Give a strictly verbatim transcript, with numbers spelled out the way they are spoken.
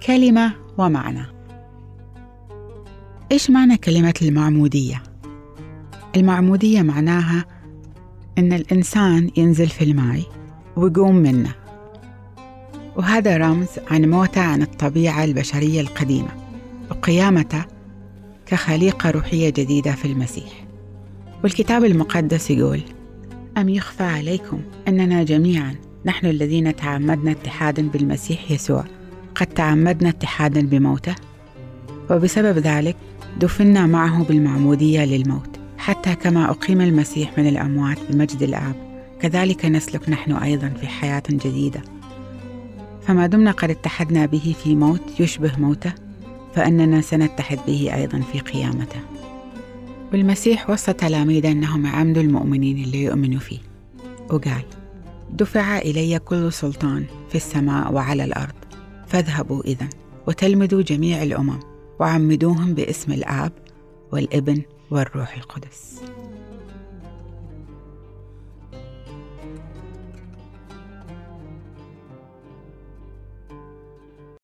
كلمة ومعنى. إيش معنى كلمة المعمودية؟ المعمودية معناها إن الإنسان ينزل في الماء ويقوم منه، وهذا رمز عن موته عن الطبيعة البشرية القديمة وقيامته كخليقة روحية جديدة في المسيح. والكتاب المقدس يقول: أم يخفى عليكم أننا جميعا نحن الذين تعمدنا اتحادا بالمسيح يسوع قد تعمدنا اتحادا بموته، وبسبب ذلك دفنا معه بالمعمودية للموت، حتى كما أقيم المسيح من الأموات بمجد الآب كذلك نسلك نحن أيضا في حياة جديدة. فما دمنا قد اتحدنا به في موت يشبه موته، فإننا سنتحد به أيضا في قيامته. والمسيح وصى تلاميذه أنهم يعمدوا المؤمنين اللي يؤمنوا فيه، وقال: دفع إلي كل سلطان في السماء وعلى الأرض، فاذهبوا إذن وتلمذوا جميع الأمم وعمدوهم باسم الآب والابن والروح القدس.